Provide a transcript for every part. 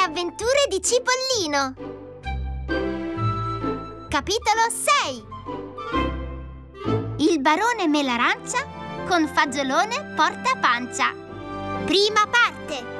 avventure di Cipollino. Capitolo 6. Il barone Melarancia con Fagiolone porta pancia. Prima parte.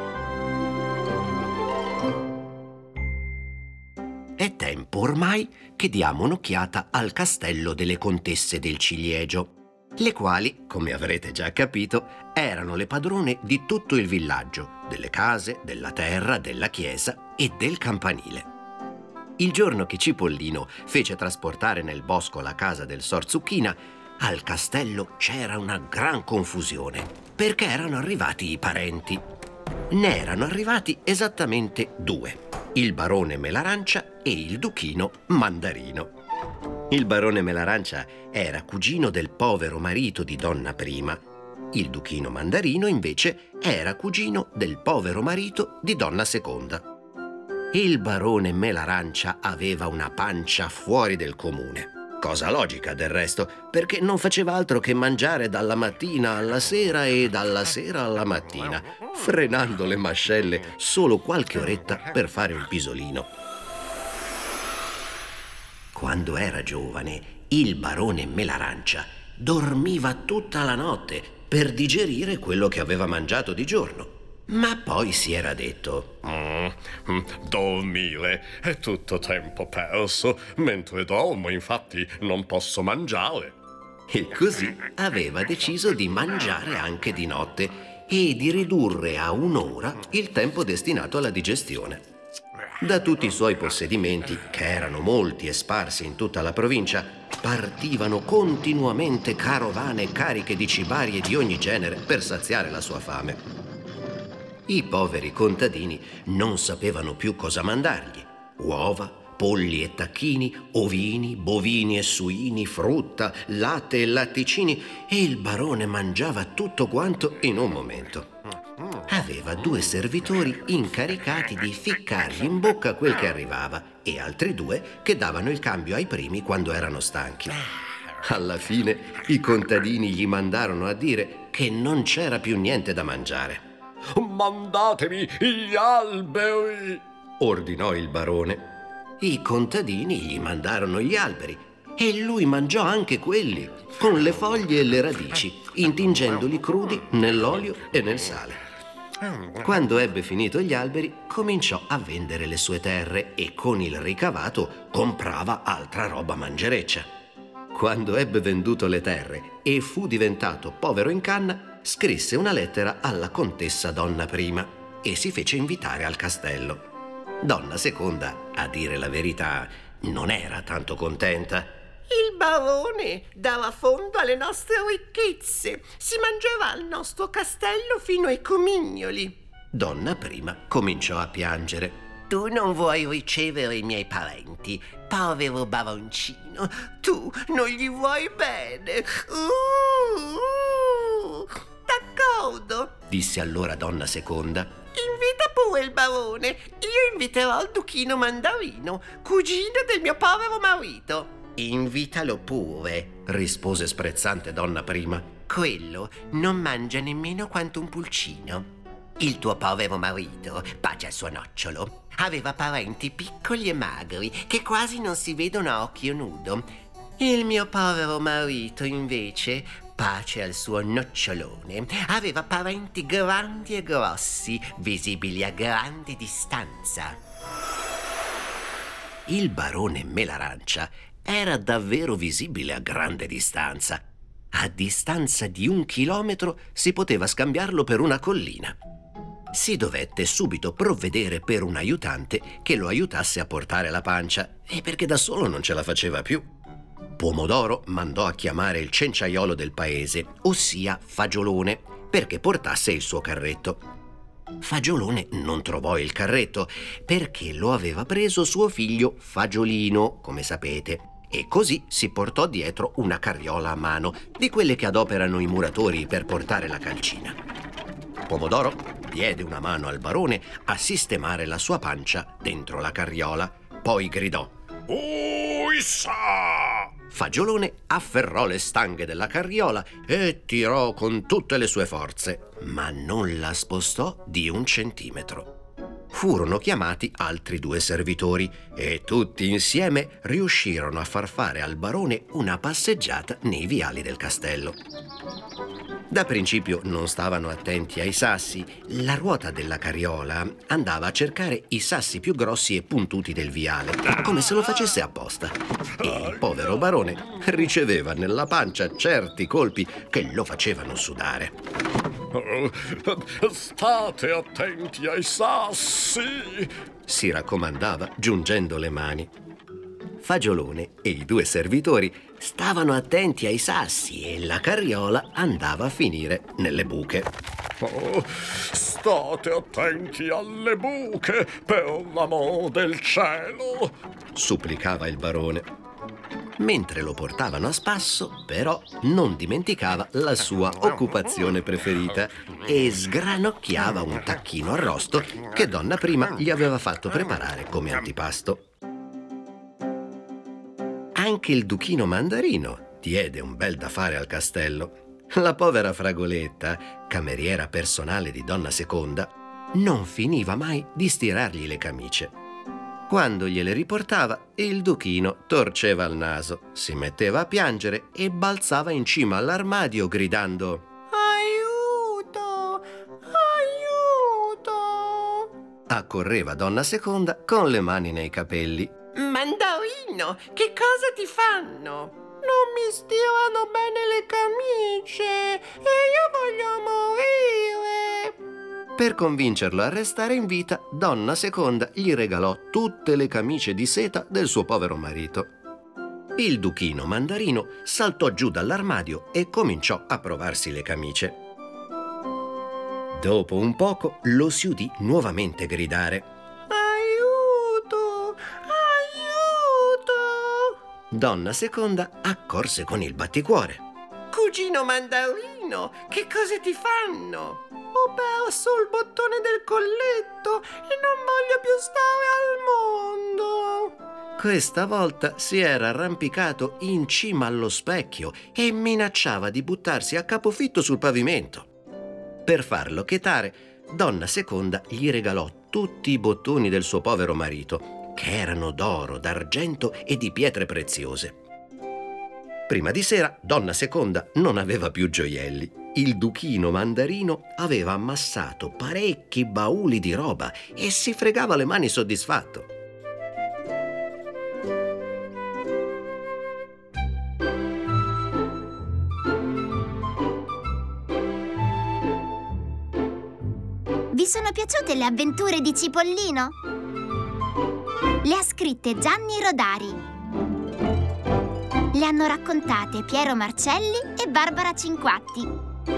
È tempo ormai che diamo un'occhiata al castello delle contesse del Ciliegio, le quali, come avrete già capito, erano le padrone di tutto il villaggio, delle case, della terra, della chiesa e del campanile. Il giorno che Cipollino fece trasportare nel bosco la casa del Sor Zucchina, al castello c'era una gran confusione, perché erano arrivati i parenti. Ne erano arrivati esattamente due, il barone Melarancia e il duchino Mandarino. Il barone Melarancia era cugino del povero marito di Donna Prima. Il duchino Mandarino, invece, era cugino del povero marito di Donna Seconda. Il barone Melarancia aveva una pancia fuori del comune. Cosa logica, del resto, perché non faceva altro che mangiare dalla mattina alla sera e dalla sera alla mattina, frenando le mascelle solo qualche oretta per fare un pisolino. Quando era giovane, il barone Melarancia dormiva tutta la notte per digerire quello che aveva mangiato di giorno. Ma poi si era detto: dormire è tutto tempo perso. Mentre dormo, infatti, non posso mangiare. E così aveva deciso di mangiare anche di notte e di ridurre a un'ora il tempo destinato alla digestione. Da tutti i suoi possedimenti, che erano molti e sparsi in tutta la provincia, partivano continuamente carovane cariche di cibarie di ogni genere per saziare la sua fame. I poveri contadini non sapevano più cosa mandargli: uova, polli e tacchini, ovini, bovini e suini, frutta, latte e latticini, e il barone mangiava tutto quanto in un momento. Aveva due servitori incaricati di ficcargli in bocca quel che arrivava e altri due che davano il cambio ai primi quando erano stanchi. Alla fine i contadini gli mandarono a dire che non c'era più niente da mangiare. «Mandatemi gli alberi!» ordinò il barone. I contadini gli mandarono gli alberi e lui mangiò anche quelli, con le foglie e le radici, intingendoli crudi nell'olio e nel sale. Quando ebbe finito gli alberi, cominciò a vendere le sue terre e con il ricavato comprava altra roba mangereccia. Quando ebbe venduto le terre e fu diventato povero in canna, scrisse una lettera alla contessa Donna Prima e si fece invitare al castello. Donna Seconda, a dire la verità, non era tanto contenta. Il barone dava fondo alle nostre ricchezze, si mangiava al nostro castello fino ai comignoli. Donna Prima cominciò a piangere. Tu non vuoi ricevere i miei parenti, povero baroncino, tu non gli vuoi bene. D'accordo, disse allora Donna Seconda. Invita pure il barone, io inviterò il duchino Mandarino, cugino del mio povero marito. Invitalo pure, rispose sprezzante Donna Prima. Quello non mangia nemmeno quanto un pulcino. Il tuo povero marito, pace al suo nocciolo, aveva parenti piccoli e magri che quasi non si vedono a occhio nudo. Il mio povero marito, invece, pace al suo nocciolone, aveva parenti grandi e grossi, visibili a grande distanza. Il barone Melarancia era davvero visibile a grande distanza. A distanza di 1 chilometro si poteva scambiarlo per una collina. Si dovette subito provvedere per un aiutante che lo aiutasse a portare la pancia, e perché da solo non ce la faceva più. Pomodoro mandò a chiamare il cenciaiolo del paese, ossia Fagiolone, perché portasse il suo carretto. Fagiolone non trovò il carretto perché lo aveva preso suo figlio Fagiolino, come sapete, e così si portò dietro una carriola a mano, di quelle che adoperano i muratori per portare la calcina. Pomodoro diede una mano al barone a sistemare la sua pancia dentro la carriola, poi gridò: «Uissa!» Fagiolone afferrò le stanghe della carriola e tirò con tutte le sue forze, ma non la spostò di 1 centimetro. furono chiamati altri 2 servitori e tutti insieme riuscirono a far fare al barone una passeggiata nei viali del castello. Da principio non stavano attenti ai sassi. La ruota della carriola andava a cercare i sassi più grossi e puntuti del viale, come se lo facesse apposta. E il povero barone riceveva nella pancia certi colpi che lo facevano sudare. State attenti ai sassi! Si raccomandava giungendo le mani. Fagiolone e i 2 servitori stavano attenti ai sassi e la carriola andava a finire nelle buche. Oh, state attenti alle buche, per l'amor del cielo! Supplicava il barone. Mentre lo portavano a spasso, però, non dimenticava la sua occupazione preferita e sgranocchiava un tacchino arrosto che donna Prima gli aveva fatto preparare come antipasto. Anche il duchino Mandarino diede un bel da fare al castello. La povera Fragoletta, cameriera personale di donna Seconda, non finiva mai di stirargli le camicie. Quando gliele riportava, il duchino torceva il naso, si metteva a piangere e balzava in cima all'armadio gridando: «Aiuto! Aiuto!» Accorreva donna Seconda con le mani nei capelli. Mandarino, che cosa ti fanno? Non mi stirano bene le camicie e io voglio morire. Per convincerlo a restare in vita, donna Seconda gli regalò tutte le camicie di seta del suo povero marito. Il duchino Mandarino saltò giù dall'armadio e cominciò a provarsi le camicie. Dopo un poco lo si udì nuovamente gridare: Donna Seconda accorse con il batticuore. Cugino Mandarino, che cosa ti fanno? Ho perso il bottone del colletto e non voglio più stare al mondo. Questa volta si era arrampicato in cima allo specchio e minacciava di buttarsi a capofitto sul pavimento. Per farlo chetare, donna Seconda gli regalò tutti i bottoni del suo povero marito, che erano d'oro, d'argento e di pietre preziose. Prima di sera, donna Seconda non aveva più gioielli. Il duchino Mandarino aveva ammassato parecchi bauli di roba e si fregava le mani soddisfatto. Vi sono piaciute le avventure di Cipollino? Le ha scritte Gianni Rodari. Le hanno raccontate Piero Marcelli e Barbara Cinquatti.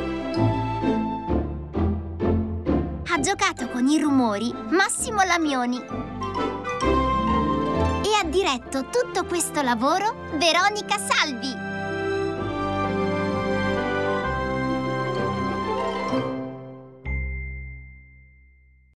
Ha giocato con i rumori Massimo Lamioni. E ha diretto tutto questo lavoro Veronica Salvi.